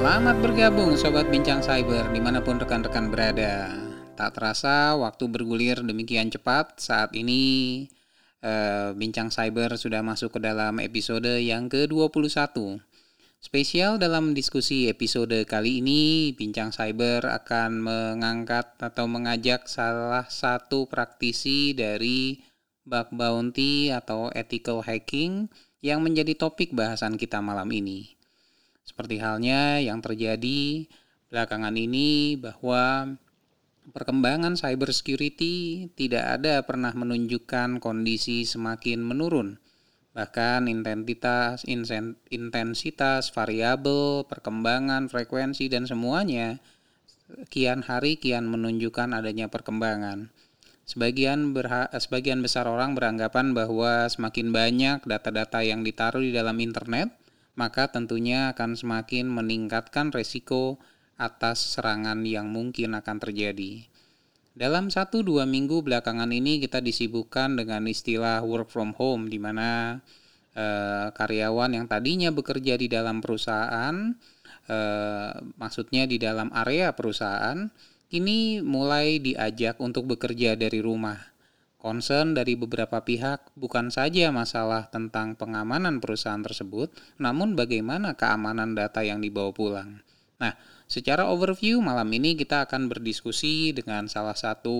Selamat bergabung Sobat Bincang Cyber dimanapun rekan-rekan berada. Tak terasa waktu bergulir demikian cepat. Saat ini Bincang Cyber sudah masuk ke dalam episode yang ke-21. Spesial dalam diskusi episode kali ini, Bincang Cyber akan mengangkat atau mengajak salah satu praktisi dari bug bounty atau ethical hacking yang menjadi topik bahasan kita malam ini. Seperti halnya yang terjadi belakangan ini bahwa perkembangan cybersecurity tidak ada pernah menunjukkan kondisi semakin menurun. Bahkan intensitas, variabel, perkembangan, frekuensi, dan semuanya kian hari kian menunjukkan adanya perkembangan. Sebagian besar orang beranggapan bahwa semakin banyak data-data yang ditaruh di dalam internet, maka tentunya akan semakin meningkatkan resiko atas serangan yang mungkin akan terjadi. Dalam 1-2 minggu belakangan ini kita disibukkan dengan istilah work from home, di mana karyawan yang tadinya bekerja di dalam perusahaan, maksudnya di dalam area perusahaan, kini mulai diajak untuk bekerja dari rumah. Concern dari beberapa pihak bukan saja masalah tentang pengamanan perusahaan tersebut, namun bagaimana keamanan data yang dibawa pulang. Nah, secara overview malam ini kita akan berdiskusi dengan salah satu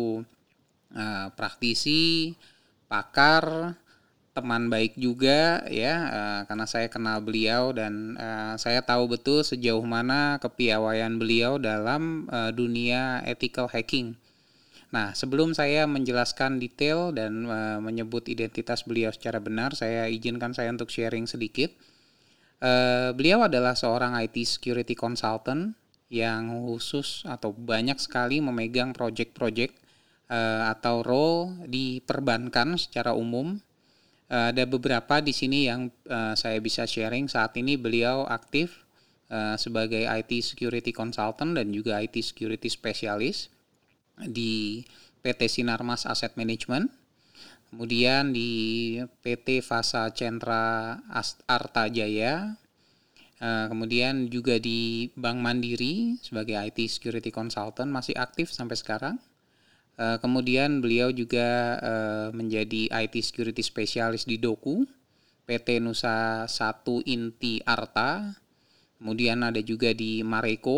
praktisi, pakar, teman baik juga ya, karena saya kenal beliau dan saya tahu betul sejauh mana kepiawaian beliau dalam dunia ethical hacking. Nah, sebelum saya menjelaskan detail dan menyebut identitas beliau secara benar, saya izinkan saya untuk sharing sedikit. Beliau adalah seorang IT security consultant yang khusus atau banyak sekali memegang project-project atau role di perbankan secara umum. Ada beberapa di sini yang saya bisa sharing. Saat ini beliau aktif sebagai IT security consultant dan juga IT security specialist di PT Sinarmas Asset Management, kemudian di PT Fasa Centra Arta Jaya, kemudian juga di Bank Mandiri sebagai IT security consultant, masih aktif sampai sekarang. Kemudian beliau juga menjadi IT security specialist di Doku, PT Nusa 1 Inti Arta, kemudian ada juga di Mareko,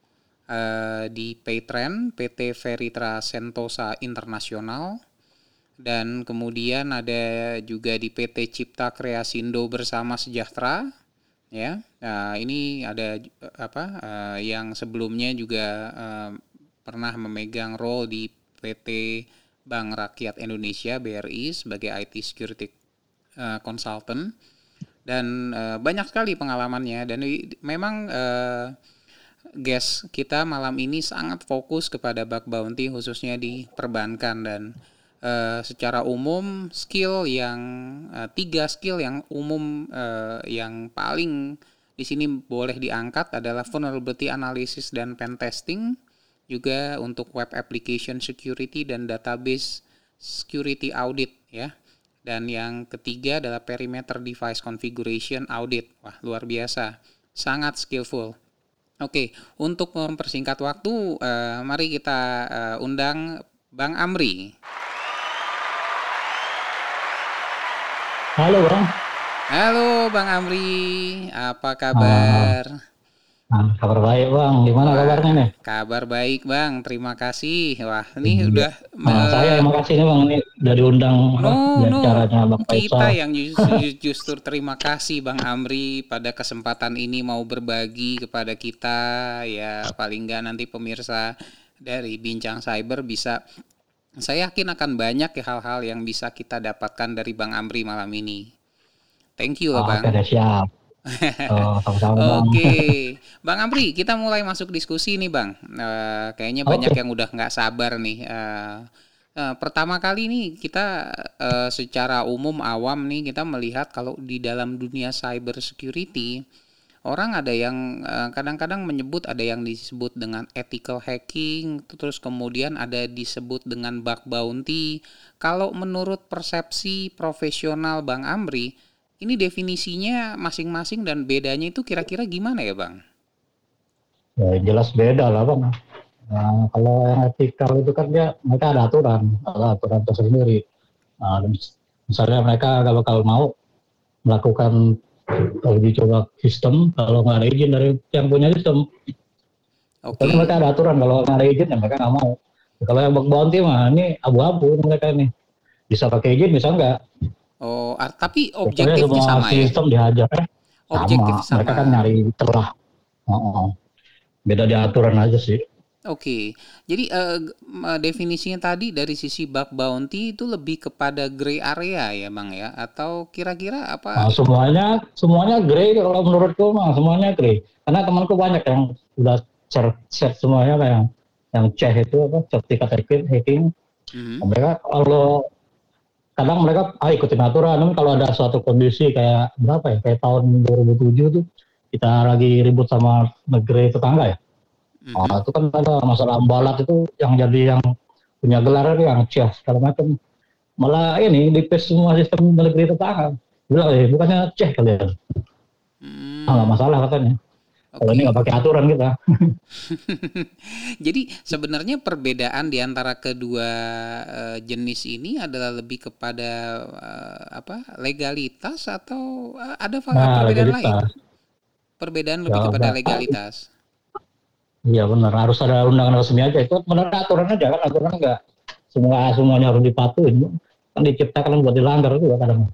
di Paytrend, PT Veritra Sentosa Internasional, dan kemudian ada juga di PT Cipta Kreasindo Bersama Sejahtera, ya. Nah, ini ada yang sebelumnya juga pernah memegang role di PT Bank Rakyat Indonesia (BRI) sebagai IT security consultant, dan banyak sekali pengalamannya. Dan memang guest kita malam ini sangat fokus kepada bug bounty khususnya di perbankan, dan secara umum tiga skill yang umum yang paling di sini boleh diangkat adalah vulnerability analysis dan pen testing, juga untuk web application security dan database security audit ya. Dan yang ketiga adalah perimeter device configuration audit. Wah, luar biasa, sangat skillful. Oke, untuk mempersingkat waktu, mari kita undang Bang Amri. Halo Bang. Halo Bang Amri, apa kabar? Kabar baik Bang, gimana kabarnya nih? Kabar baik Bang, terima kasih. Wah, ini udah Saya yang makasih nih Bang, ini udah diundang di acaranya Bang Faisal. Kita yang justru terima kasih Bang Amri pada kesempatan ini mau berbagi kepada kita, ya paling nggak nanti pemirsa dari Bincang Cyber bisa, saya yakin akan banyak hal-hal yang bisa kita dapatkan dari Bang Amri malam ini. Thank you loh Bang. Oke, siap. Oke, Bang Amri, kita mulai masuk diskusi nih Bang. Kayaknya banyak yang udah nggak sabar nih. Pertama kali nih kita secara umum awam nih kita melihat kalau di dalam dunia cyber security, orang ada yang kadang-kadang menyebut, ada yang disebut dengan ethical hacking, terus kemudian ada disebut dengan bug bounty. Kalau menurut persepsi profesional Bang Amri, ini definisinya masing-masing dan bedanya itu kira-kira gimana ya Bang? Ya jelas beda lah bang. Nah, kalau yang etikal itu kan mereka ada aturan tersendiri. Nah, misalnya mereka gak bakal mau melakukan uji coba sistem kalau nggak ada izin dari yang punya sistem. Tapi mereka ada aturan kalau nggak ada izin ya mereka nggak mau. Kalau yang bug bounty mah ini abu-abu mereka ini. Bisa pakai izin bisa nggak. Oh, tapi Pokoknya objektifnya semua sama ya? sistem dihajar. Objektif sama. Mereka kan nyari celah. Beda di aturan aja sih. Oke, jadi definisinya tadi dari sisi bug bounty itu lebih kepada gray area ya bang ya? Atau kira-kira apa? Nah, semuanya gray kalau menurutku mah semuanya gray. Karena temanku banyak yang udah cert semuanya kayak yang cek itu apa sertifikat hacking. Mereka kalau kadang mereka ikutin aturan, namun kalau ada suatu kondisi kayak berapa ya, kayak tahun 2007 tuh kita lagi ribut sama negeri tetangga ya. Itu kan ada masalah ambalat itu yang punya gelar yang cia segala macam. Malah ini dipes semua sistem negeri tetangga. Bilang bukannya cek kalian. Nggak masalah katanya. Kalau ini nggak pakai aturan kita. Jadi sebenarnya perbedaan di antara kedua jenis ini adalah lebih kepada legalitas atau ada perbedaan lain? Perbedaan lebih kepada legalitas. Iya benar, harus ada undangan resmi aja. Itu benar aturan aja kan, aturan nggak semuanya harus dipatuhin. Kan diciptakan buat dilanggar juga kadang.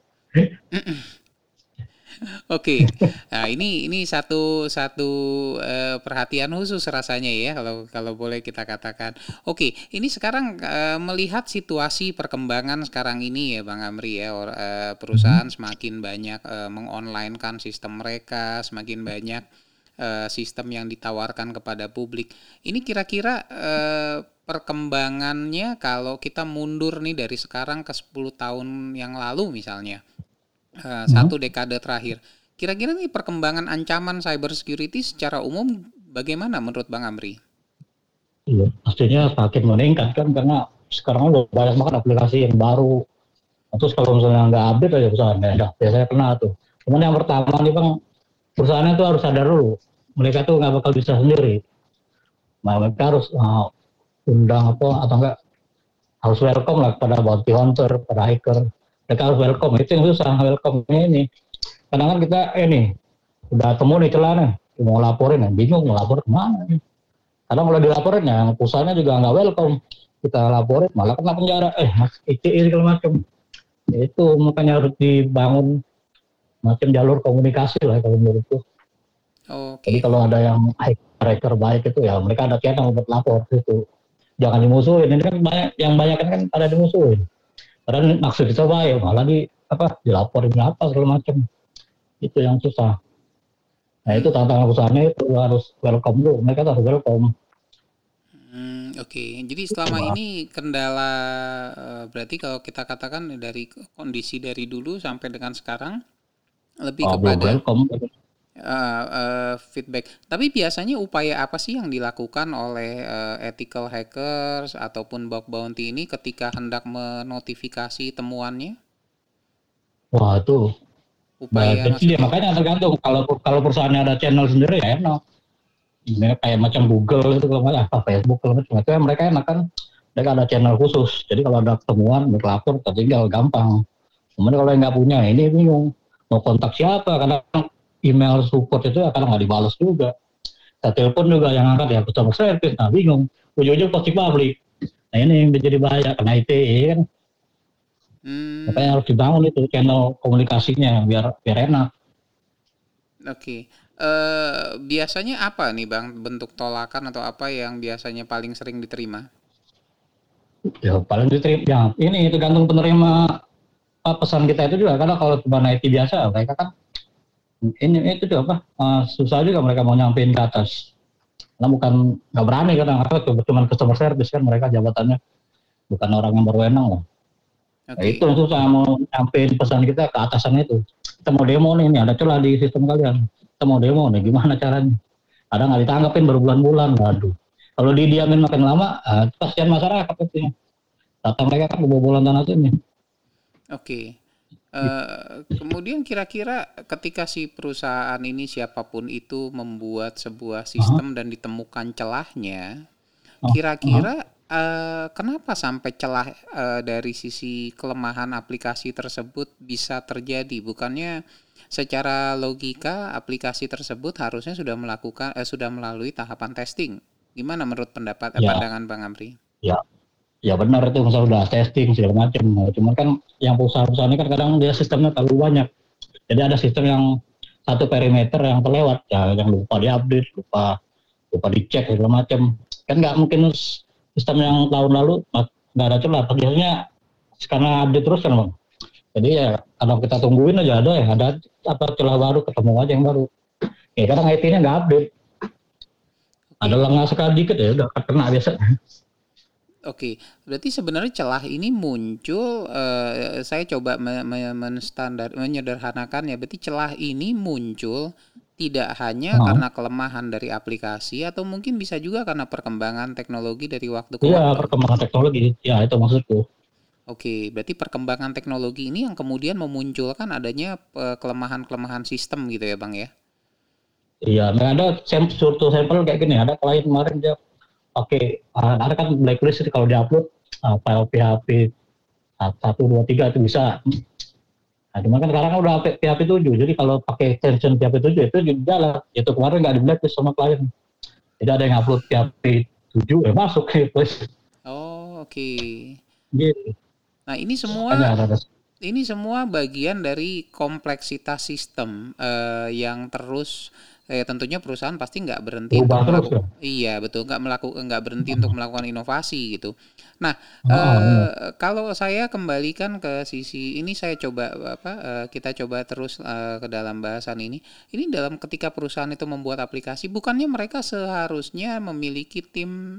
Oke, nah ini satu perhatian khusus rasanya ya kalau boleh kita katakan. Oke, ini sekarang melihat situasi perkembangan sekarang ini ya Bang Amri ya, perusahaan semakin banyak mengonlinekan sistem mereka, semakin banyak sistem yang ditawarkan kepada publik. Ini kira-kira perkembangannya kalau kita mundur nih dari sekarang ke 10 tahun yang lalu misalnya. Satu dekade terakhir. Kira-kira nih perkembangan ancaman cyber security secara umum bagaimana menurut Bang Amri? Iya, pastinya semakin meningkat kan karena sekarang udah banyak banget aplikasi yang baru. Terus kalau misalnya nggak update aja perusahaannya, biasanya kena tuh. Cuman yang pertama nih Bang, perusahaannya tuh harus sadar dulu. Mereka tuh nggak bakal bisa sendiri. Nah, mereka harus undang atau enggak harus welcome lah pada bounty hunter, pada hacker. Mereka harus welcome, itu yang susah welcome-nya ini. Kadang kan kita udah temu nih celah nih, mau laporin, bingung mau lapor kemana nih. Kadang kalau dilaporin ya, perusahaannya juga nggak welcome. Kita laporin malah kena penjara, ITE segala macam. Itu makanya harus dibangun macam jalur komunikasi lah kalau menurutku. Jadi kalau ada yang hacker baik itu ya mereka ada channel buat lapor itu. Jangan dimusuhin, ini kan banyak kan ada dimusuhin. Karena maksud kita baik, malah dilaporin apa segala macam. Itu yang susah. Nah itu tantangan perusahaannya itu harus welcome dulu. Mereka harus welcome. Oke. Jadi selama ini kendala berarti kalau kita katakan dari kondisi dari dulu sampai dengan sekarang lebih kepada feedback. Tapi biasanya upaya apa sih yang dilakukan oleh ethical hackers ataupun bug bounty ini ketika hendak menotifikasi temuannya? Wah itu upaya kecil ya, makanya tergantung. Kalau perusahaannya ada channel sendiri ya enak. Ini kayak macam Google itu kalau nggak Facebook kalau macam itu mereka enak kan. Mereka ada channel khusus. Jadi kalau ada temuan berlapor tinggal gampang. Kemudian kalau yang nggak punya ini bingung mau kontak siapa karena email support itu kadang nggak dibalas juga. Kita telepon juga yang angkat ya customer service, nah bingung. Ujung-ujung pasti publik. Nah ini yang menjadi bahaya karena ITE kan. Makanya harus dibangun itu channel komunikasinya biar enak. Oke. Biasanya apa nih Bang bentuk tolakan atau apa yang biasanya paling sering diterima? Ya paling diterima. Ya ini tergantung penerima pesan kita itu juga. Karena kalau cuma IT biasa mereka kan ini itu susah juga mereka mau nyampein ke atas. Karena nggak berani kadang cuma customer service kan mereka jabatannya bukan orang yang berwenang lah. Nah, itu susah mau nyampein pesan kita ke atasannya itu. Kita mau demo nih, ada celah di sistem kalian. Kita mau demo nih, gimana caranya? Kadang nggak ditanggapin berbulan-bulan, waduh. Kalau didiamin makin lama, kasihan masyarakat itu. Data mereka kan kebobolan tanah sini. Oke. Kemudian kira-kira ketika si perusahaan ini siapapun itu membuat sebuah Aha, sistem dan ditemukan celahnya, aha. kira-kira kenapa sampai celah dari sisi kelemahan aplikasi tersebut bisa terjadi? Bukannya secara logika aplikasi tersebut harusnya sudah melalui tahapan testing. Gimana menurut Ya, pandangan Bang Amri? ya, ya benar itu misalnya udah testing segala macam. Nah, cuman kan yang perusahaan-perusahaan ini kan kadang dia sistemnya terlalu banyak. Jadi ada sistem yang satu perimeter yang terlewat, ya yang lupa diupdate, lupa lupa dicek segala macam. Kan nggak mungkin sistem yang tahun lalu nggak ada celah. Biasanya karena update terus kan bang. Jadi ya kalau kita tungguin aja ada ya ada apa celah baru ketemu aja yang baru. Ya kadang IT-nya nggak update. Ada Oke. lengah sekali dikit ya udah kena biasa. Oke, berarti sebenarnya celah ini muncul, saya coba menyederhanakan ya, berarti celah ini muncul tidak hanya Nah, karena kelemahan dari aplikasi atau mungkin bisa juga karena perkembangan teknologi dari waktu ke iya waktu. perkembangan teknologi, ya itu maksudku. Oke, berarti perkembangan teknologi ini yang kemudian memunculkan adanya kelemahan-kelemahan sistem gitu ya, Bang ya? Iya, nah ada suatu sampel kayak gini. Ada klien kemarin dia pakai ada kan blacklist itu kalau diupload file PHP 1, 2, 3 itu bisa. Nah, cuman kan sekarang kan udah PHP 7, jadi kalau pakai extension PHP 7 itu juga jalan. Itu kemarin nggak di blacklist sama klien. Jadi ada yang upload PHP 7, masuk ke blacklist. Oh, oke. Gitu. Nah, Makanya ada ini semua bagian dari kompleksitas sistem yang terus tentunya perusahaan pasti nggak berhenti untuk berubah terus melakukan kan. iya betul nggak berhenti untuk melakukan inovasi gitu. Nah Benar. kalau saya kembalikan ke sisi ini saya coba kita coba terus ke dalam bahasan ini. Ini dalam ketika perusahaan itu membuat aplikasi bukannya mereka seharusnya memiliki tim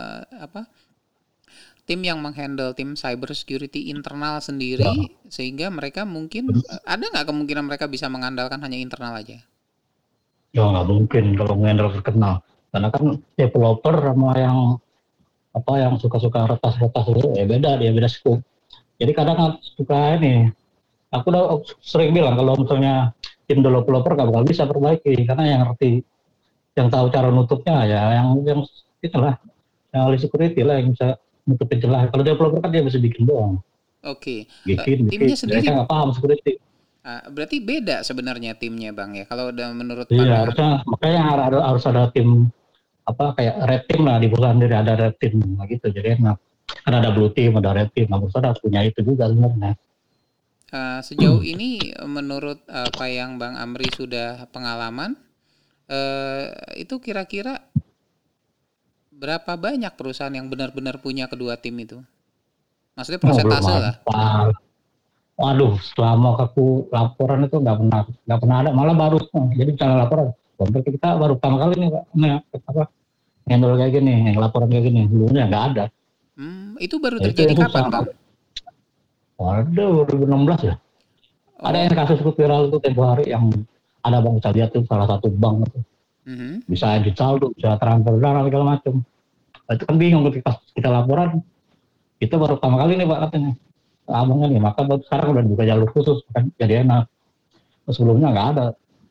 tim yang menghandle tim cyber security internal Ya, sendiri sehingga mereka mungkin ada nggak kemungkinan mereka bisa mengandalkan hanya internal aja? ya nggak mungkin kalau ngendel terkenal. Karena kan developer sama yang apa yang suka-suka retas-retas itu ya beda, dia beda scope. Jadi kadang suka ini, aku udah sering bilang kalau misalnya tim developer gak bakal bisa perbaiki karena yang ngerti, yang tahu cara nutupnya ya yang itulah, yang ahli security lah yang bisa nutupin celah. Kalau developer kan dia bisa bikin doang, Oke, bikin. timnya Mereka sendiri nggak paham security. berarti beda sebenarnya timnya Bang ya. Kalau menurut Iya pandangan harusnya makanya harus ada tim apa kayak red team lah di perusahaan sendiri ada red team nah gitu. Jadi enak. Kan ada blue team, ada red team. Nah, perusahaan harus punya itu juga sebenarnya. sejauh ini menurut apa yang Bang Amri sudah pengalaman itu kira-kira berapa banyak perusahaan yang benar-benar punya kedua tim itu? Maksudnya Oh, belum persentase lah. ada. Waduh, selama aku laporan itu nggak pernah ada. Malah baru jadi cara laporan. Sampai kita baru pertama kali nih Pak, nih, apa handle kayak gini, yang laporan kayak gini. Dulunya nggak ada. Itu baru Nah, itu terjadi yang kapan susah. Bang? Waduh, 2016 ya. Ada yang Oh, kasus viral itu tempo hari yang ada bang saya lihat tuh salah satu bank itu mhm. bisa edit saldo, bisa transfer dana segala macam. Nah, itu kan bingung ketika kita laporan. Itu baru pertama kali nih Pak katanya. Abangnya nih, maka sekarang udah dibuka jalur khusus kan, jadi enak. Sebelumnya nggak ada.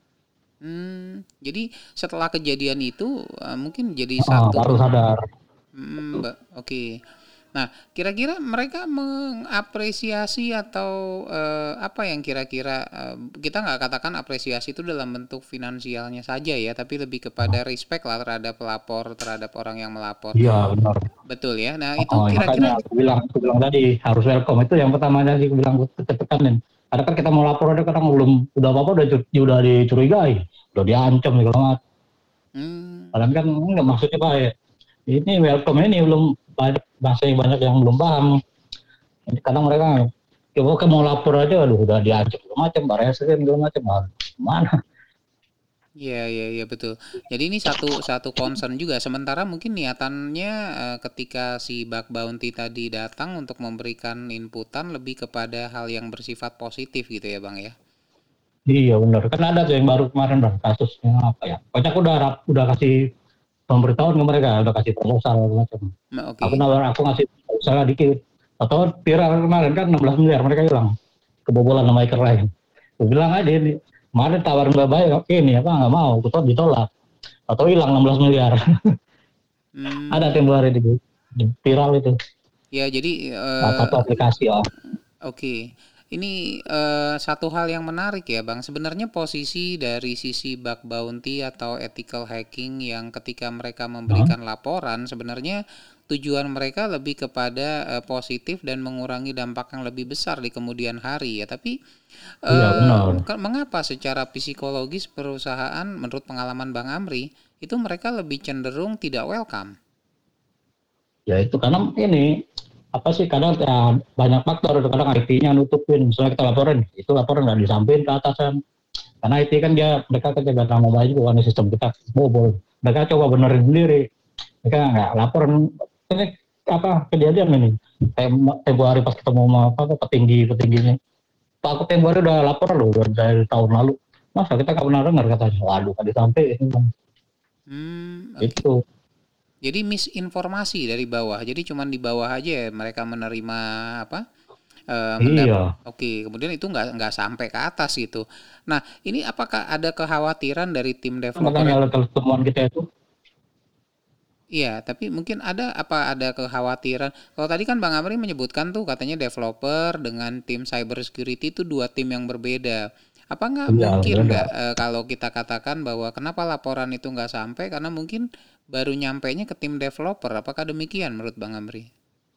Jadi setelah kejadian itu, mungkin jadi satu Baru sadar. oke. Nah, kira-kira mereka mengapresiasi atau, apa yang kira-kira, kita nggak katakan apresiasi itu dalam bentuk finansialnya saja ya, tapi lebih kepada respect lah terhadap pelapor, terhadap orang yang melapor. Iya benar. Betul ya? Nah, itu Makanya kira-kira aku bilang tadi harus welcome itu yang pertama tadi aku bilang tekanin. Karena kan kita mau lapor ada kadang belum udah apa-apa udah dicurigai, udah diancam segala macam. mmm, Padahal kan nggak maksudnya baik. Ini welcome ini belum banyak masih banyak yang belum paham. Ini kadang mereka coba kamu mau lapor aja, aduh udah diancam segala macam, barang segala macam. Mana? iya iya iya, betul. Jadi ini satu satu concern juga, sementara mungkin niatannya, ketika si bug bounty tadi datang untuk memberikan inputan lebih kepada hal yang bersifat positif gitu ya, Bang, ya? Iya benar. Kan ada tuh yang baru kemarin bang kasusnya apa ya? Pokoknya aku udah kasih pemberitahuan ke mereka, udah kasih proposal macam. Oke. Aku ngasih usaha dikit. Atau viral kemarin kan 16 miliar mereka hilang. kebobolan sama hacker lain. Gue bilang aja ini, kemarin tawarin baik oke nih apa nggak mau, gue ditolak. Atau hilang 16 miliar. Ada Hmm, tempo hari di viral itu. ya jadi Satu aplikasi ya. oke. Ini satu hal yang menarik ya Bang. Sebenarnya posisi dari sisi bug bounty atau ethical hacking yang ketika mereka Hah? memberikan laporan sebenarnya tujuan mereka lebih kepada positif dan mengurangi dampak yang lebih besar di kemudian hari ya. Tapi Iya benar. mengapa secara psikologis perusahaan menurut pengalaman Bang Amri itu mereka lebih cenderung tidak welcome? Ya itu karena ini apa sih kadang ya, banyak faktor itu kadang IT-nya nutupin misalnya kita laporin itu laporan nggak disampaikan ke atasan karena IT kan mereka kan jaga nama baik juga kan sistem kita bobol mereka coba benerin sendiri mereka nggak laporan ini apa kejadian ini tempo hari pas ketemu sama apa petingginya Pak aku tempo hari udah lapor loh dari tahun lalu masa kita nggak pernah dengar katanya waduh nggak disampaikan Oke. itu Jadi misinformasi dari bawah. Jadi cuman di bawah aja ya mereka menerima apa? iya Oke, kemudian itu nggak sampai ke atas gitu. Nah, ini apakah ada kekhawatiran dari tim developer? makanya kalau temuan kita itu Iya, tapi mungkin ada kekhawatiran. Kalau tadi kan Bang Amri menyebutkan tuh katanya developer dengan tim cyber security itu dua tim yang berbeda. Apa nggak iya mungkin beda. nggak kalau kita katakan bahwa kenapa laporan itu nggak sampai karena mungkin baru nyampainya ke tim developer. Apakah demikian menurut Bang Amri?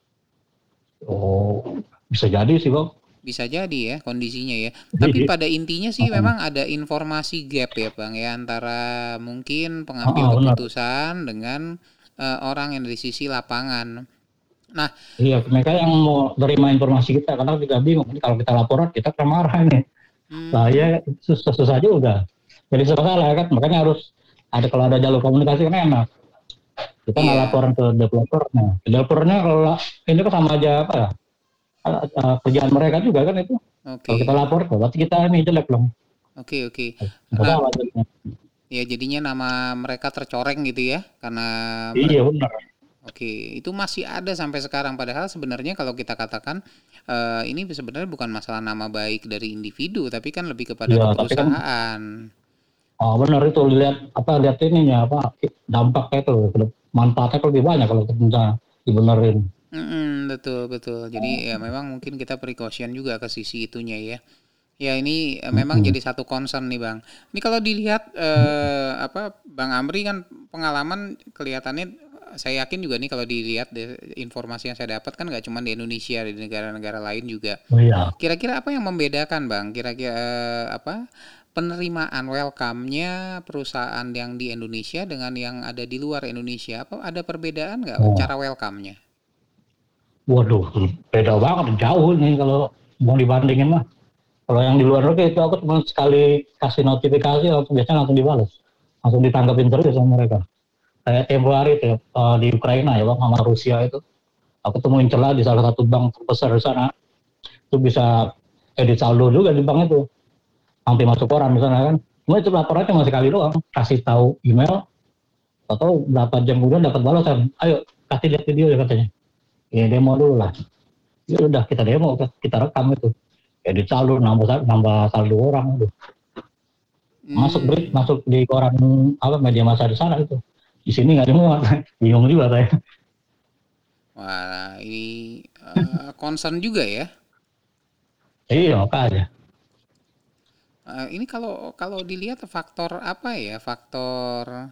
Oh, bisa jadi sih bang. Bisa jadi ya kondisinya ya. Tapi pada intinya sih memang ada informasi gap ya Bang ya antara mungkin pengambil Benar. keputusan dengan orang yang dari sisi lapangan. Nah, Iya, mereka yang mau terima informasi kita karena kita bingung. Ini kalau kita laporan kita kena marah ini. hmm, Saya susah juga. Jadi salah kan, makanya harus ada kalau ada jalur komunikasi kan enak. Kita nggak iya, laporan ke developernya. Developernya kalau ini kan sama aja apa ya? Kerjaan mereka juga kan itu. Kalau kita oke, lapor, berarti kita ini jelek dong. oke. Nggak Nah, salah jadinya. ya jadinya nama mereka tercoreng gitu ya, karena Iya benar. oke, itu masih ada sampai sekarang. Padahal sebenarnya kalau kita katakan ini sebenarnya bukan masalah nama baik dari individu, tapi kan lebih kepada Iya, ke tapi kan perusahaan. benar itu lihat ininya apa dampaknya itu manfaatnya lebih banyak kalau kita dibenerin. Betul betul. Jadi ya memang mungkin kita precaution juga ke sisi itunya ya. Ya ini memang Mm-mm. jadi satu concern nih Bang. Ini kalau dilihat apa Bang Amri kan pengalaman kelihatannya saya yakin juga nih kalau dilihat informasi yang saya dapat kan nggak cuma di Indonesia di negara-negara lain juga. Oh iya. Kira-kira apa yang membedakan Bang? Kira-kira apa penerimaan welcome-nya perusahaan yang di Indonesia dengan yang ada di luar Indonesia? Apa ada perbedaan nggak Oh, cara welcome-nya? waduh, beda banget, jauh nih kalau mau dibandingin mah. Kalau yang di luar negeri itu aku cuma sekali kasih notifikasi, biasanya langsung dibalas, langsung ditanggapin terus sama mereka. Kayak tempo hari itu di Ukraina ya bang, sama Rusia itu, aku temuin celah di salah satu bank terbesar di sana, itu bisa edit saldo juga di bank itu, sampai masuk koran di sana kan. Cuma itu laporannya cuma sekali doang, kasih tahu email, atau berapa jam kemudian dapat balasan, ayo kasih lihat video ya katanya. Ya demo dulu lah. Ya udah kita demo, kita rekam itu. Edit saldo, nambah saldo orang itu. Hmm. Masuk di koran apa media massa di sana itu. Di sini nggak dimuat, bingung juga saya. Wah, ini concern juga ya. Iya makanya. Ini kalau kalau dilihat faktor apa ya? Faktor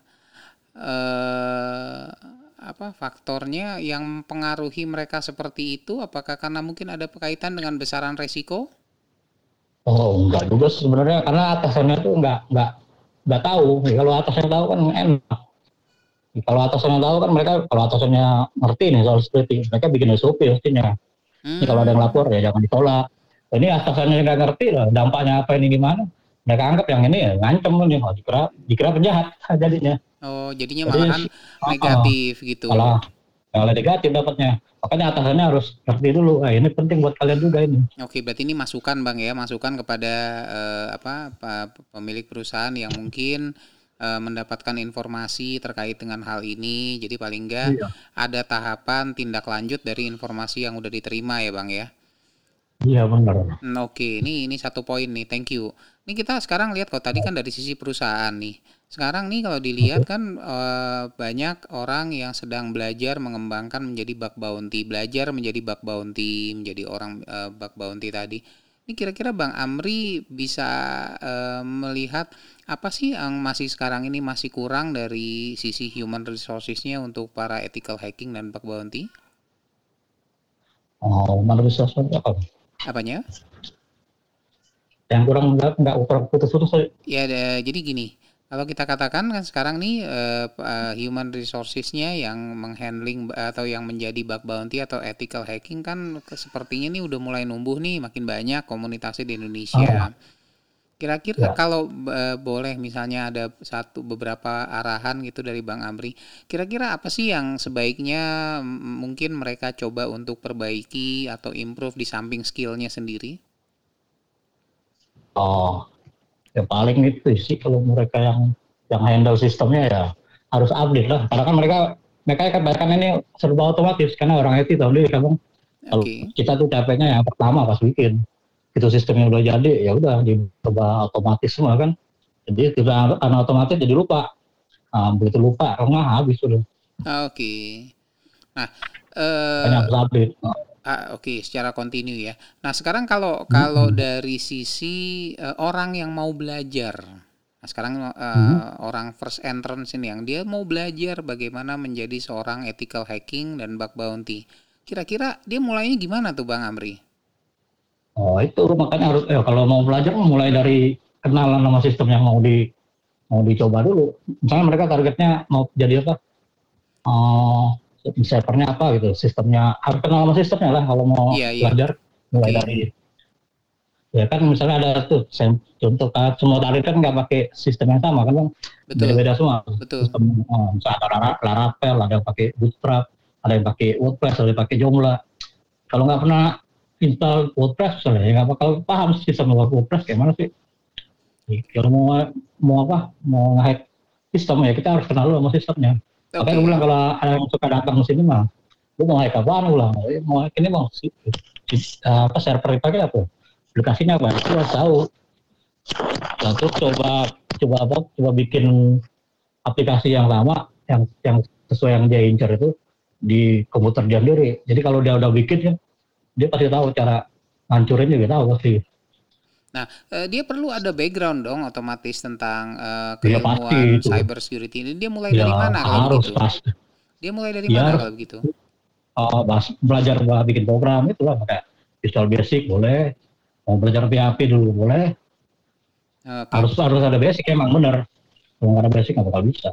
eh apa faktornya yang mempengaruhi mereka seperti itu? Apakah karena mungkin ada kaitan dengan besaran resiko? Oh enggak juga sebenarnya karena atasannya tuh nggak tahu. Kalau atasannya tahu kan enak. Kalau atasannya tahu kan mereka kalau atasannya ngerti nih soal security, mereka bikin SOP pastinya. Ini kalau ada yang Hmm. lapor ya jangan ditolak. Ini atasannya nggak ngerti lah dampaknya apa ini gimana. Mereka anggap yang ini ya ngancem nih, dikira penjahat jadinya. Oh, jadinya Jadi malahan negatif gitu. malah malah negatif dapatnya. Makanya atasannya harus ngerti dulu. Ini penting buat kalian juga ini. Oke, berarti ini masukan Bang ya, masukan kepada pemilik perusahaan yang mungkin mendapatkan informasi terkait dengan hal ini. Jadi paling enggak Iya. ada tahapan tindak lanjut dari informasi yang udah diterima ya Bang ya. Iya benar. Oke, ini satu poin nih, thank you. Ini kita sekarang lihat, kalau tadi kan dari sisi perusahaan nih. Sekarang nih kalau dilihat Oke. kan banyak orang yang sedang belajar mengembangkan menjadi bug bounty, belajar menjadi bug bounty, menjadi orang bug bounty tadi. Ini kira-kira Bang Amri bisa melihat apa sih yang masih sekarang ini masih kurang dari sisi human resources-nya untuk para ethical hacking dan bug bounty? Oh, manusia sosial apa? Apanya? Yang kurang nggak kurang putus-putus. Ya, jadi gini, kalau kita katakan kan sekarang nih human resources-nya yang menghandling atau yang menjadi bug bounty atau ethical hacking kan sepertinya nih udah mulai numbuh nih, makin banyak komunitasnya di Indonesia. Ah, Kira-kira ya. kalau boleh misalnya ada beberapa arahan gitu dari Bang Amri, kira-kira apa sih yang sebaiknya mungkin mereka coba untuk perbaiki atau improve di samping skillnya sendiri? Oh, ya paling itu sih kalau mereka yang handle sistemnya ya harus update lah. Karena kan mereka kan bahkan ini serba otomatis karena orang IT tahu deh kamu kalau Oke. kita tuh capeknya yang pertama pas bikin itu sistemnya udah jadi ya udah dicoba otomatis semua kan. Jadi kita karena otomatis jadi lupa. Nah, begitu lupa, habis udah. Oke. Nah, Makanya harus update. Oke, secara kontinu ya. Nah, sekarang kalau kalau Mm-mm. dari sisi orang yang mau belajar, nah sekarang Mm-mm. orang first entrance ini yang dia mau belajar bagaimana menjadi seorang ethical hacking dan bug bounty. Kira-kira dia mulainya gimana tuh Bang Amri? Oh itu makanya harus kalau mau belajar mulai dari kenalan sama sistem yang mau dicoba dulu. Misalnya mereka targetnya mau jadi apa? Oh, servernya apa gitu, sistemnya harus kenal sama sistemnya lah kalau mau Iya, iya. belajar mulai Oke, dari ya kan misalnya ada tuh contoh kan semua target kan nggak pakai sistem yang sama kan bang, betul, beda-beda semua betul. sistem. Misalnya ada Laravel, ada yang pakai Bootstrap, ada yang pakai WordPress, ada yang pakai Joomla. Kalau nggak pernah install WordPress misalnya ya nggak bakal paham sistem WordPress kayak mana sih. Kalau mau apa mau nge-hack sistem ya kita harus kenal dulu sama sistemnya. Makanya gue bilang Oke. kalau ada yang suka datang ke sini mah, gue mau hack apaan gue bilang, mau hack ini mau apa server dipakai apa, aplikasinya apa, itu harus tahu. Lalu coba bikin aplikasi yang lama, yang sesuai yang dia incar itu di komputer dia sendiri. Jadi kalau dia udah bikin ya, dia pasti tahu cara ngancurin juga tahu pasti. Nah, dia perlu ada background dong otomatis tentang Dia pasti keilmuan itu, cyber security ini. Dia mulai ya dari mana kalau harus begitu? pasti. Dia mulai dari Dia mana harus kalau begitu? belajar bikin program itu lah, kayak Visual Basic boleh, mau belajar PHP dulu boleh, Oke. harus ada basic emang bener. Kalau nggak ada basic nggak bakal bisa.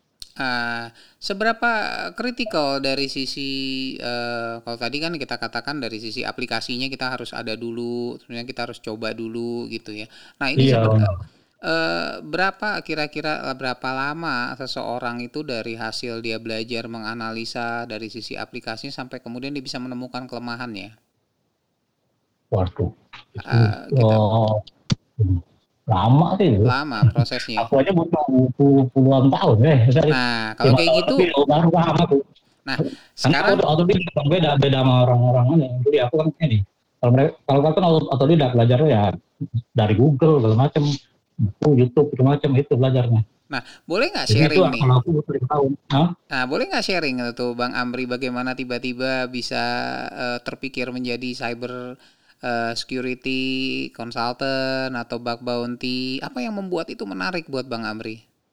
Seberapa kritikal dari sisi kalau tadi kan kita katakan dari sisi aplikasinya kita harus ada dulu, sebenarnya kita harus coba dulu gitu ya. Nah, ini Iya benar. berapa kira-kira berapa lama seseorang itu dari hasil dia belajar menganalisa dari sisi aplikasinya sampai kemudian dia bisa menemukan kelemahannya? Waduh, itu Kita oh, lama sih itu. lama prosesnya. Aku aja butuh puluhan tahun ya. Saya Nah, kalau 5 kayak tahun lebih gitu, baru paham aku. nah Karena aku sekarang otodidak beda beda sama orang-orang ini. Jadi aku kan ini. Kalau kan otodidak belajarnya ya dari Google segala macam, buku YouTube segala macam itu belajarnya. nah boleh nggak Jadi itu sharing nih? kalau aku butuh 5 tahun. Hah? Nah, boleh nggak sharing tuh Bang Amri bagaimana tiba-tiba bisa terpikir menjadi cyber security consultant atau bug bounty? Apa yang membuat itu menarik buat Bang Amri?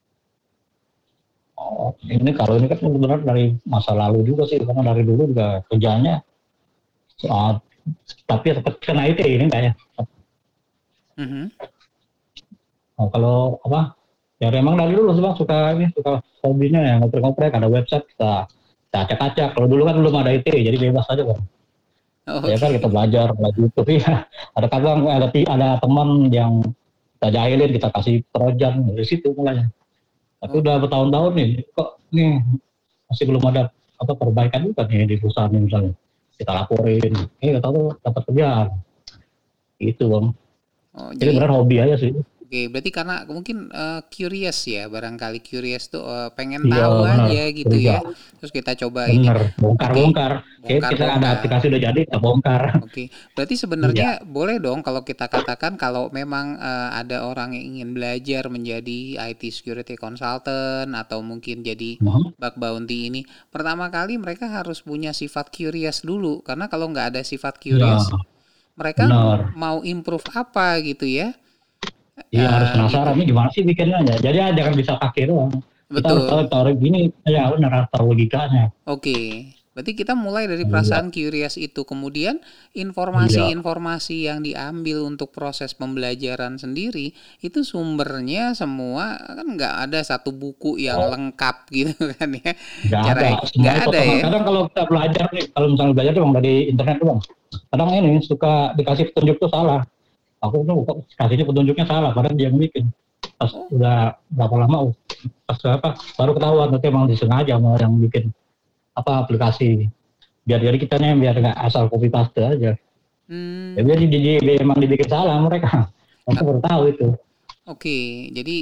Oh, ini kan sebenarnya dari masa lalu juga sih, karena dari dulu juga kerjanya soal, tapi tetap kena IT ini kayaknya. Mhm. Oh, kalau apa? Ya memang dari dulu sih bang suka hobinya ya ngoprek-ngoprek, ada website kita acak-acak. Kalau dulu kan belum ada IT, jadi bebas aja bang. Ya kan kita Oke. belajar YouTube ya. Ada kadang ada teman yang kita jahilin, kita kasih trojan dari situ mulanya. Tapi Oh, udah bertahun-tahun nih, kok nih masih belum ada apa perbaikan juga nih di perusahaan ini misalnya. Kita laporin, tahu dapat kerjaan. Itu bang. oh, Jadi jadi benar hobi aja sih. Oke, berarti karena mungkin curious ya, barangkali curious tuh pengen Iya tahu benar, aja gitu curiga. ya. Terus kita coba ini. Bener, Oke, bongkar-bongkar. Kita ada bongkar-bongkar. aplikasi udah jadi, kita bongkar. Oke, berarti Iya. sebenarnya boleh dong kalau kita katakan kalau memang ada orang yang ingin belajar menjadi IT security consultant atau mungkin jadi Mhm. bug bounty ini, pertama kali mereka harus punya sifat curious dulu, karena kalau nggak ada sifat Iya, curious, mereka benar. mau improve apa gitu ya, Iya harus gitu. penasaran ini gimana sih bikinnya ya. Jadi jangan bisa pakai doang. Kita harus tahu Betul. teori gini, ya benar harus tahu logikanya. Oke, berarti kita mulai dari Iya, perasaan curious itu, kemudian iya, informasi-informasi yang diambil untuk proses pembelajaran sendiri itu sumbernya semua kan nggak ada satu buku yang oh, lengkap gitu kan ya, nggak ada. nggak Semuanya ada potongan. ya. Kadang kalau kita belajar nih, kalau misalnya belajar tuh bang dari internet tuh bang, kadang ini suka dikasih petunjuk tuh salah. Aku tuh kok kasihnya petunjuknya salah, padahal dia yang bikin. Pas Oh, udah berapa lama, pas apa, baru ketahuan nanti emang disengaja mau yang bikin apa aplikasi. Biar kitanya biar nggak asal copy paste aja. Ya hmm, biar emang dibikin salah mereka. Aku baru tahu itu. oke, jadi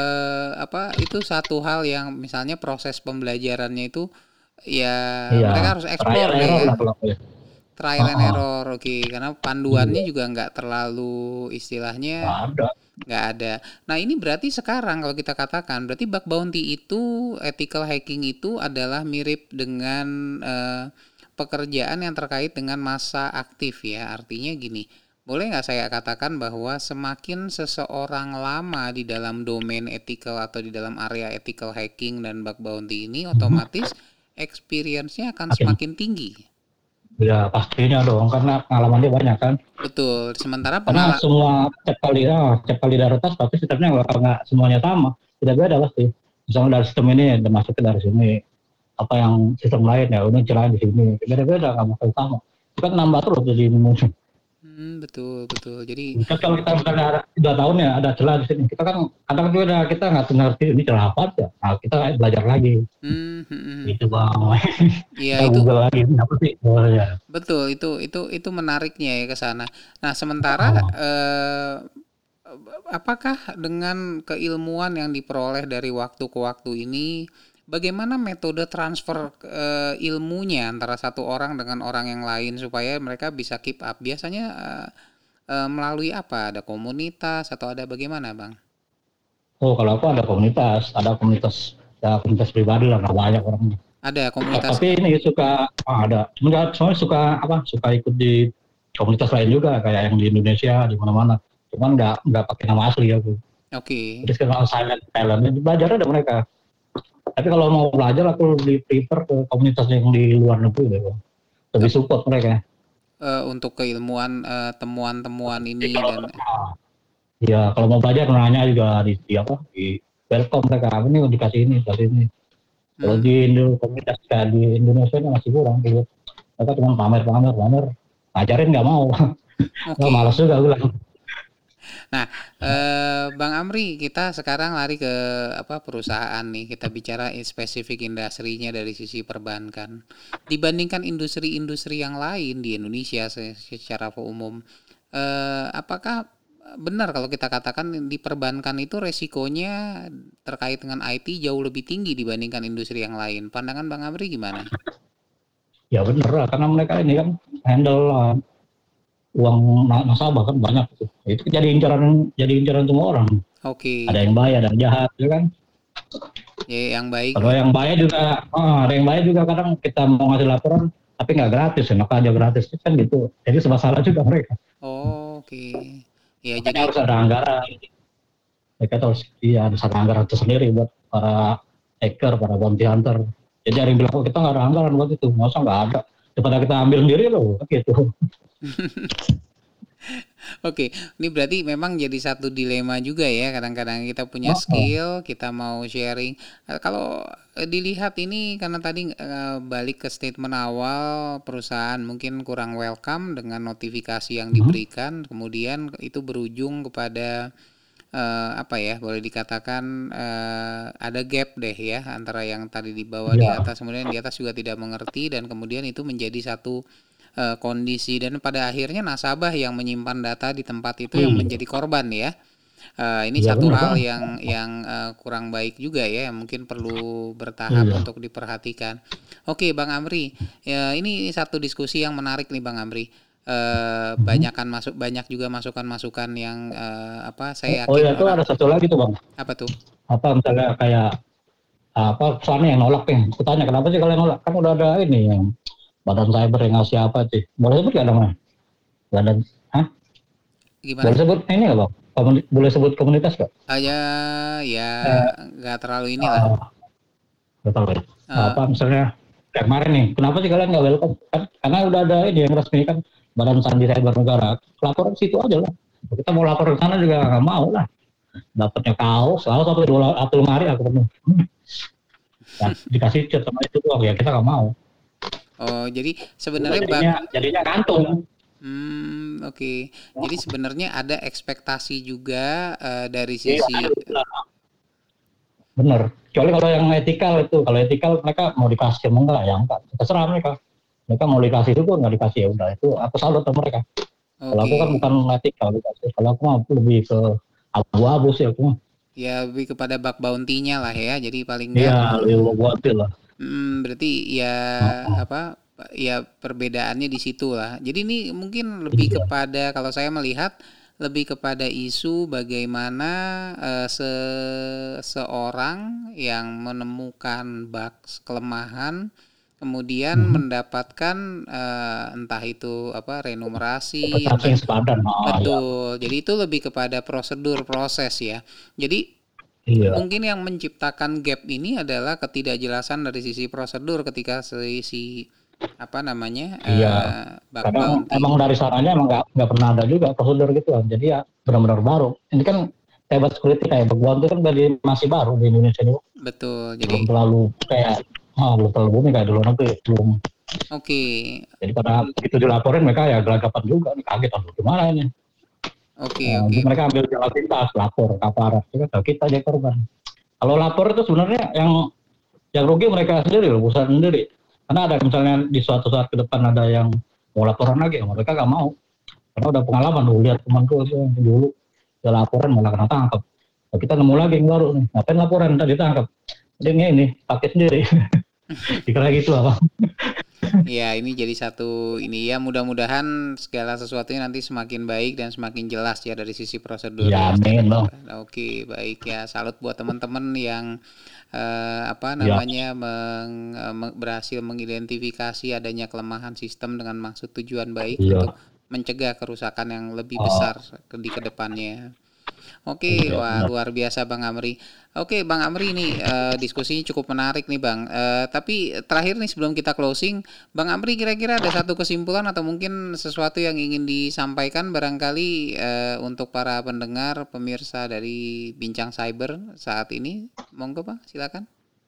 apa itu satu hal yang misalnya proses pembelajarannya itu ya Iya, mereka harus trial explore deh error ya. lah kalau aku ya. Trial and Heeh, error, oke. Karena panduannya iya, juga nggak terlalu nggak istilahnya ada. nggak ada. Nah ini berarti sekarang kalau kita katakan, berarti bug bounty itu, ethical hacking itu adalah mirip dengan pekerjaan yang terkait dengan masa aktif ya. Artinya gini, boleh nggak saya katakan bahwa semakin seseorang lama di dalam domain ethical atau di dalam area ethical hacking dan bug bounty ini, Mhm. otomatis experience-nya akan Makin, semakin tinggi. ya pastinya dong, karena pengalamannya banyak kan. Betul, sementara Karena semua cek kali dari atas, tapi sistemnya nggak semuanya sama. Tidak beda pasti. Misalnya dari sistem ini, ada masuk ke dari sini. Apa yang sistem lain ya, ini celah di sini. Beda-beda, nggak bakal sama. Itu kan nambah terus jadi musuh. Betul betul. Jadi Kan kalau kita misalnya udah tahun ya ada celah di sini, kita kan kadang juga ada, kita nggak ngerti ini celah apa ya. Nah, kita belajar lagi, mhm. gitu bang. Iya Kita itu Google lagi, ini apa sih? Oh ya. betul, itu menariknya ya ke sana. Nah, sementara, Oh, apakah dengan keilmuan yang diperoleh dari waktu ke waktu ini, bagaimana metode transfer, ilmunya antara satu orang dengan orang yang lain supaya mereka bisa keep up? Biasanya, melalui apa? Ada komunitas atau ada bagaimana, Bang? oh kalau aku ada komunitas, ya komunitas pribadi lah, nggak banyak orangnya. Ada komunitas Tapi ini suka ada, cuma soalnya suka apa? Suka ikut di komunitas lain juga, kayak yang di Indonesia di mana-mana. Cuman nggak pakai nama asli aku. oke. Jadi sekarang silent talent, belajar ada mereka. Tapi kalau mau belajar aku lebih prefer ke komunitas yang di luar negeri deh, Bang. Lebih support mereka. Untuk keilmuan temuan-temuan Jadi ini kalau dan ya kalau mau belajar nanya juga di apa di welcome mereka, ini dikasih ini. Kalau hmm, di komunitas kayak di Indonesia ini masih kurang gitu. Mereka cuma pamer, ngajarin nggak mau. Nggak oke. malas juga bilang. Nah, Bang Amri, kita sekarang lari ke apa perusahaan nih. Kita bicara spesifik industrinya dari sisi perbankan. Dibandingkan industri-industri yang lain di Indonesia secara umum, apakah benar kalau kita katakan di perbankan itu resikonya terkait dengan IT jauh lebih tinggi dibandingkan industri yang lain? Pandangan Bang Amri gimana? Ya bener lah, karena mereka ini kan handle uang nasabah kan banyak gitu. Itu jadi incaran semua orang. Oke, Ada yang baik, ada yang jahat, ya kan. ya yang baik. Kalau yang baik juga, ada yang baik juga kadang kita mau ngasih laporan, tapi nggak gratis, enak aja gratis kan gitu. Jadi serba salah juga mereka. Oh, oke. Ya Makanya jadi harus ada anggaran. Mereka harus iya harus ada anggaran tersendiri buat para hacker, para bounty hunter. Jadi ada yang bilang, oh, kita nggak ada anggaran buat itu, masa nggak ada. Daripada kita ambil sendiri loh, gitu. Oke, ini berarti memang jadi satu dilema juga ya. Kadang-kadang kita punya Oh, oh, skill, kita mau sharing. Kalau dilihat ini karena tadi balik ke statement awal, perusahaan mungkin kurang welcome dengan notifikasi yang mhm. diberikan, kemudian itu berujung kepada apa ya, boleh dikatakan ada gap deh ya antara yang tadi di bawah di Iya, atas, kemudian di atas juga tidak mengerti dan kemudian itu menjadi satu kondisi dan pada akhirnya nasabah yang menyimpan data di tempat itu yang iya, menjadi korban ya. Ini Iya satu benar hal bang. yang kurang baik juga ya, yang mungkin perlu bertahap Iya. untuk diperhatikan. Oke, Bang Amri, ya, ini satu diskusi yang menarik nih, Bang Amri. Mhm. Banyak juga masukan-masukan yang Oh, saya oh ya yakin itu orang ada satu lagi tuh bang. apa tuh? Apa misalnya kayak apa pesannya yang nolak nih? Kutanya kenapa sih kalian nolak? Kan udah ada ini yang badan cyber yang ngasih apa sih? Boleh sebut nggak namanya? Badan, hah? Gimana? Boleh sebut ini nggak bang? Boleh sebut komunitas nggak? Ya, ya Eh, nggak terlalu inilah. uh, Gak tahu ya. Eh, Apa misalnya kayak kemarin nih, kenapa sih kalian nggak welcome? Kan, karena udah ada ini yang resmi kan Badan Sandi Cyber Negara. Laporan situ aja lah. Kita mau lapor ke sana juga nggak mau lah. Dapatnya kaos sampai 2 lemari aku penuh. Ya, dikasih cat sama itu doang ya kita nggak mau. oh, jadi Udah sebenarnya jadinya kantung. Oke. Jadi sebenarnya ada ekspektasi juga dari Iya, sisi bener. Kecuali kalau yang etikal itu, kalau etikal mereka mau dikasih mau enggak ya enggak. Terserah mereka. Mereka mau dikasih itu pun nggak dikasih ya udah itu aku salut sama mereka. Kalau aku kan oke. bukan etikal dikasih. Kalau aku mah lebih ke abu-abu sih aku mah. Ya lebih kepada bug bounty-nya lah ya. Jadi paling Iya, enggak lebih abu-abu lah. berarti ya Oh, apa ya perbedaannya di situ lah. Jadi ini mungkin lebih iya. kepada kalau saya melihat lebih kepada isu bagaimana seseorang yang menemukan bug kelemahan kemudian Mhm. mendapatkan entah itu apa Dapat renumerasi sanksi entah yang sepadan. Oh, iya. betul. Jadi itu lebih kepada prosedur proses ya. Jadi Iya. mungkin yang menciptakan gap ini adalah ketidakjelasan dari sisi prosedur ketika si apa namanya Iya. bug Karena bounty. emang dari sananya emang nggak pernah ada juga prosedur gitu kan. Jadi ya benar-benar baru. Ini kan cyber security kayak Baguan itu kan dari masih baru di Indonesia ini. Betul. Jadi Belum terlalu kayak belum terlalu booming kayak di luar negeri. Belum. oke. Jadi pada begitu dilaporin mereka ya gelagapan juga. Nih, kaget aduh gimana ini. Oke, oke. Mereka ambil jalan pintas lapor ke aparat. Kita aja korban. Kalau lapor itu sebenarnya yang rugi mereka sendiri loh, usaha sendiri. Karena ada misalnya di suatu saat ke depan ada yang mau laporan lagi, mereka nggak mau. Karena udah pengalaman tuh, lihat temanku itu yang dulu dia laporan malah kena tangkap. Nah, kita nemu lagi yang baru nih, ngapain laporan tadi tangkap? Dia ini pakai sendiri, dikira gitu apa? Ya, ini jadi satu ini ya mudah-mudahan segala sesuatunya nanti semakin baik dan semakin jelas ya dari sisi prosedur Ya ya secara amin loh. jelas. Nah, oke, baik ya. Salut buat teman-teman yang apa Ya, namanya berhasil mengidentifikasi adanya kelemahan sistem dengan maksud tujuan baik iya, untuk mencegah kerusakan yang lebih oh, besar di kedepannya. Oke, iya wah benar. luar biasa Bang Amri. Oke, Bang Amri ini diskusinya cukup menarik nih Bang. Tapi terakhir nih sebelum kita closing, Bang Amri kira-kira ada satu kesimpulan atau mungkin sesuatu yang ingin disampaikan barangkali untuk para pendengar, pemirsa dari Bincang Cyber saat ini. Monggo Bang, silakan.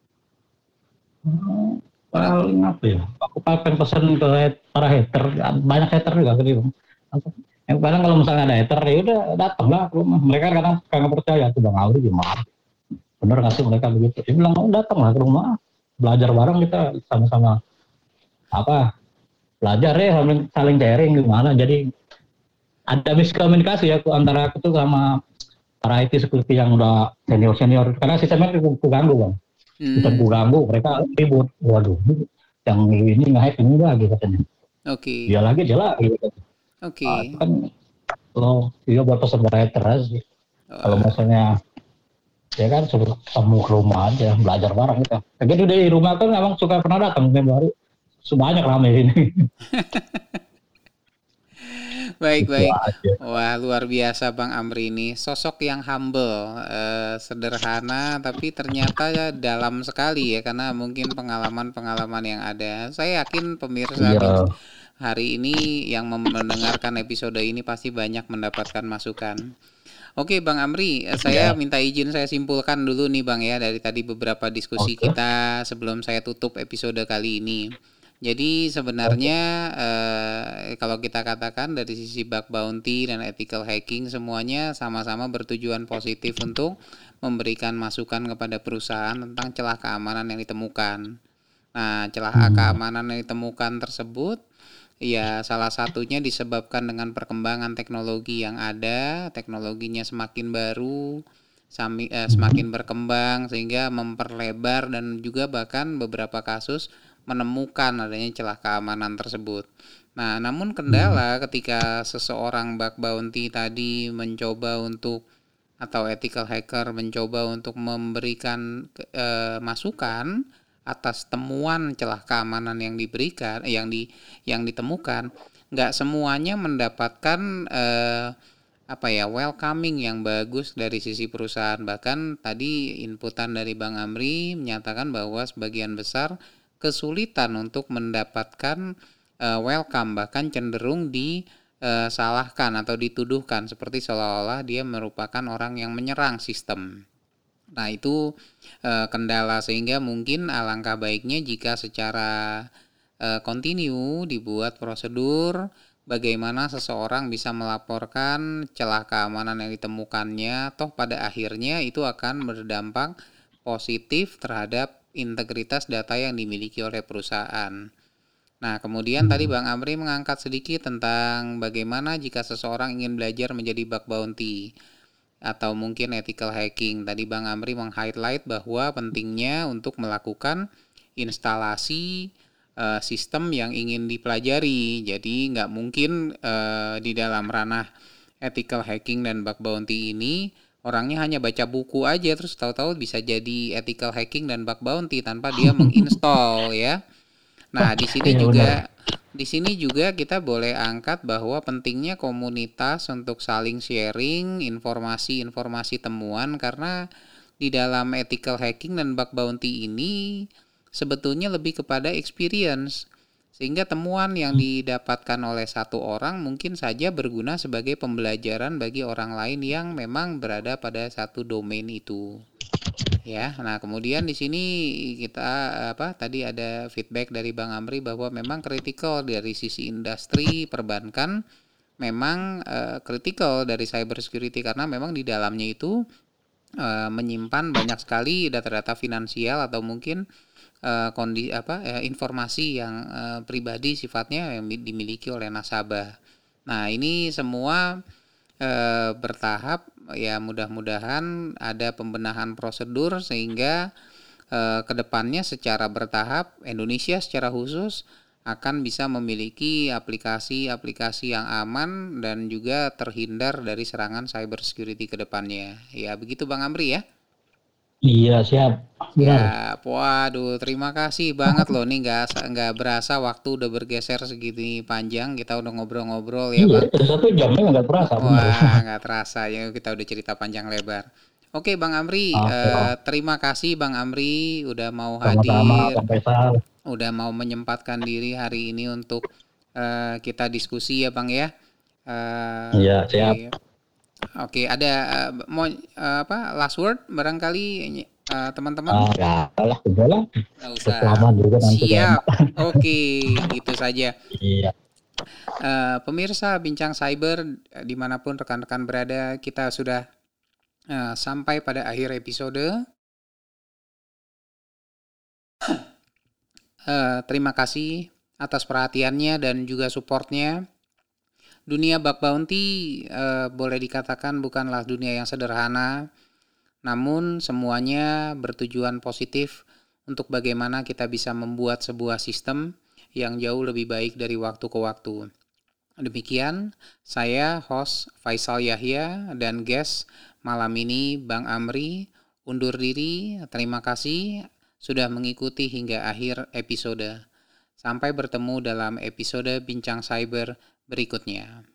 Barang. Paling apa ya? Aku paling pesan ke para hater, banyak hater juga gitu. Yang kadang kalau misalnya ada hater ya udah datanglah ke rumah. Mereka kadang kagak percaya tuh Bang Audi gimana? Bener nggak sih mereka begitu? Dia bilang oh datanglah ke rumah, belajar bareng kita sama-sama apa belajar ya saling sharing gimana. Jadi ada miskomunikasi ya antara aku tuh sama para IT security yang udah senior karena sistemnya ku ganggu bang. Sistem ku Hmm, ganggu mereka ribut. Waduh, yang ini nge-hack ini lagi katanya. oke. Dia lagi. Itu Oke. kan kalau dia buat pesan writer aja sih. Kalau Wah, misalnya ya kan suruh temu ke rumah aja belajar bareng kita. Jadi di rumah kan memang suka pernah datang yang baru sebanyak rame ini. baik, Itu baik. aja. Wah, luar biasa Bang Amri ini. Sosok yang humble, sederhana, tapi ternyata dalam sekali ya, karena mungkin pengalaman-pengalaman yang ada. Saya yakin pemirsa Iya. hari ini yang mendengarkan episode ini pasti banyak mendapatkan masukan. Oke Bang Amri, saya Iya. minta izin saya simpulkan dulu nih Bang ya dari tadi beberapa diskusi Oke. kita sebelum saya tutup episode kali ini. Jadi Oke. sebenarnya kalau kita katakan dari sisi bug bounty dan ethical hacking semuanya sama-sama bertujuan positif untuk memberikan masukan kepada perusahaan tentang celah keamanan yang ditemukan. Nah, celah Hmm. keamanan yang ditemukan tersebut Ya, salah satunya disebabkan dengan perkembangan teknologi yang ada, teknologinya semakin baru, Mhm. semakin berkembang sehingga memperlebar dan juga bahkan beberapa kasus menemukan adanya celah keamanan tersebut. Nah, namun Mhm. kendala ketika seseorang bug bounty tadi mencoba untuk atau ethical hacker mencoba untuk memberikan masukan atas temuan celah keamanan yang diberikan, yang ditemukan, nggak semuanya mendapatkan apa ya welcoming yang bagus dari sisi perusahaan. Bahkan tadi inputan dari Bang Amri menyatakan bahwa sebagian besar kesulitan untuk mendapatkan welcome, bahkan cenderung disalahkan atau dituduhkan seperti seolah-olah dia merupakan orang yang menyerang sistem. Nah, itu kendala sehingga mungkin alangkah baiknya jika secara kontinu dibuat prosedur bagaimana seseorang bisa melaporkan celah keamanan yang ditemukannya, toh pada akhirnya itu akan berdampak positif terhadap integritas data yang dimiliki oleh perusahaan. Nah, kemudian tadi Mhm. Bang Amri mengangkat sedikit tentang bagaimana jika seseorang ingin belajar menjadi bug bounty atau mungkin ethical hacking. Tadi Bang Amri meng-highlight bahwa pentingnya untuk melakukan instalasi sistem yang ingin dipelajari. Jadi nggak mungkin di dalam ranah ethical hacking dan bug bounty ini orangnya hanya baca buku aja terus tahu-tahu bisa jadi ethical hacking dan bug bounty tanpa dia menginstall ya. Nah, Iya benar. di sini juga kita boleh angkat bahwa pentingnya komunitas untuk saling sharing informasi-informasi temuan karena di dalam ethical hacking dan bug bounty ini sebetulnya lebih kepada experience. Sehingga temuan yang didapatkan oleh satu orang mungkin saja berguna sebagai pembelajaran bagi orang lain yang memang berada pada satu domain itu. Ya, nah kemudian di sini kita apa tadi ada feedback dari Bang Amri bahwa memang kritikal dari sisi industri perbankan memang kritikal dari cyber security karena memang di dalamnya itu menyimpan banyak sekali data-data finansial atau mungkin informasi yang pribadi sifatnya yang dimiliki oleh nasabah. Nah, ini semua bertahap ya mudah-mudahan ada pembenahan prosedur sehingga kedepannya secara bertahap Indonesia secara khusus akan bisa memiliki aplikasi-aplikasi yang aman dan juga terhindar dari serangan cyber security kedepannya. Ya begitu Bang Amri ya. Iya siap. Benar. Siap. Waduh, terima kasih banget loh nih nggak berasa waktu udah bergeser segini panjang kita udah ngobrol-ngobrol ya Iya, Bang. udah 1 jam nggak terasa benar. Wah, nggak terasa ya kita udah cerita panjang lebar. Oke, Bang Amri, Oke, terima kasih Bang Amri udah mau sama-sama hadir, Bang Faisal. udah mau menyempatkan diri hari ini untuk kita diskusi ya Bang ya. Iya Oke, siap. oke, ada mau apa last word barangkali teman-teman? Nggak lah, udah lah. Nggak usah. Kelamaan juga nanti kayak enak. Siap. Oke, gitu saja. Iya. Pemirsa Bincang Cyber dimanapun rekan-rekan berada, kita sudah sampai pada akhir episode. Terima kasih atas perhatiannya dan juga supportnya. Dunia bug bounty boleh dikatakan bukanlah dunia yang sederhana, namun semuanya bertujuan positif untuk bagaimana kita bisa membuat sebuah sistem yang jauh lebih baik dari waktu ke waktu. Demikian, saya host Faisal Yahya dan guest malam ini Bang Amri undur diri. Terima kasih sudah mengikuti hingga akhir episode. Sampai bertemu dalam episode Bincang Cyber berikutnya.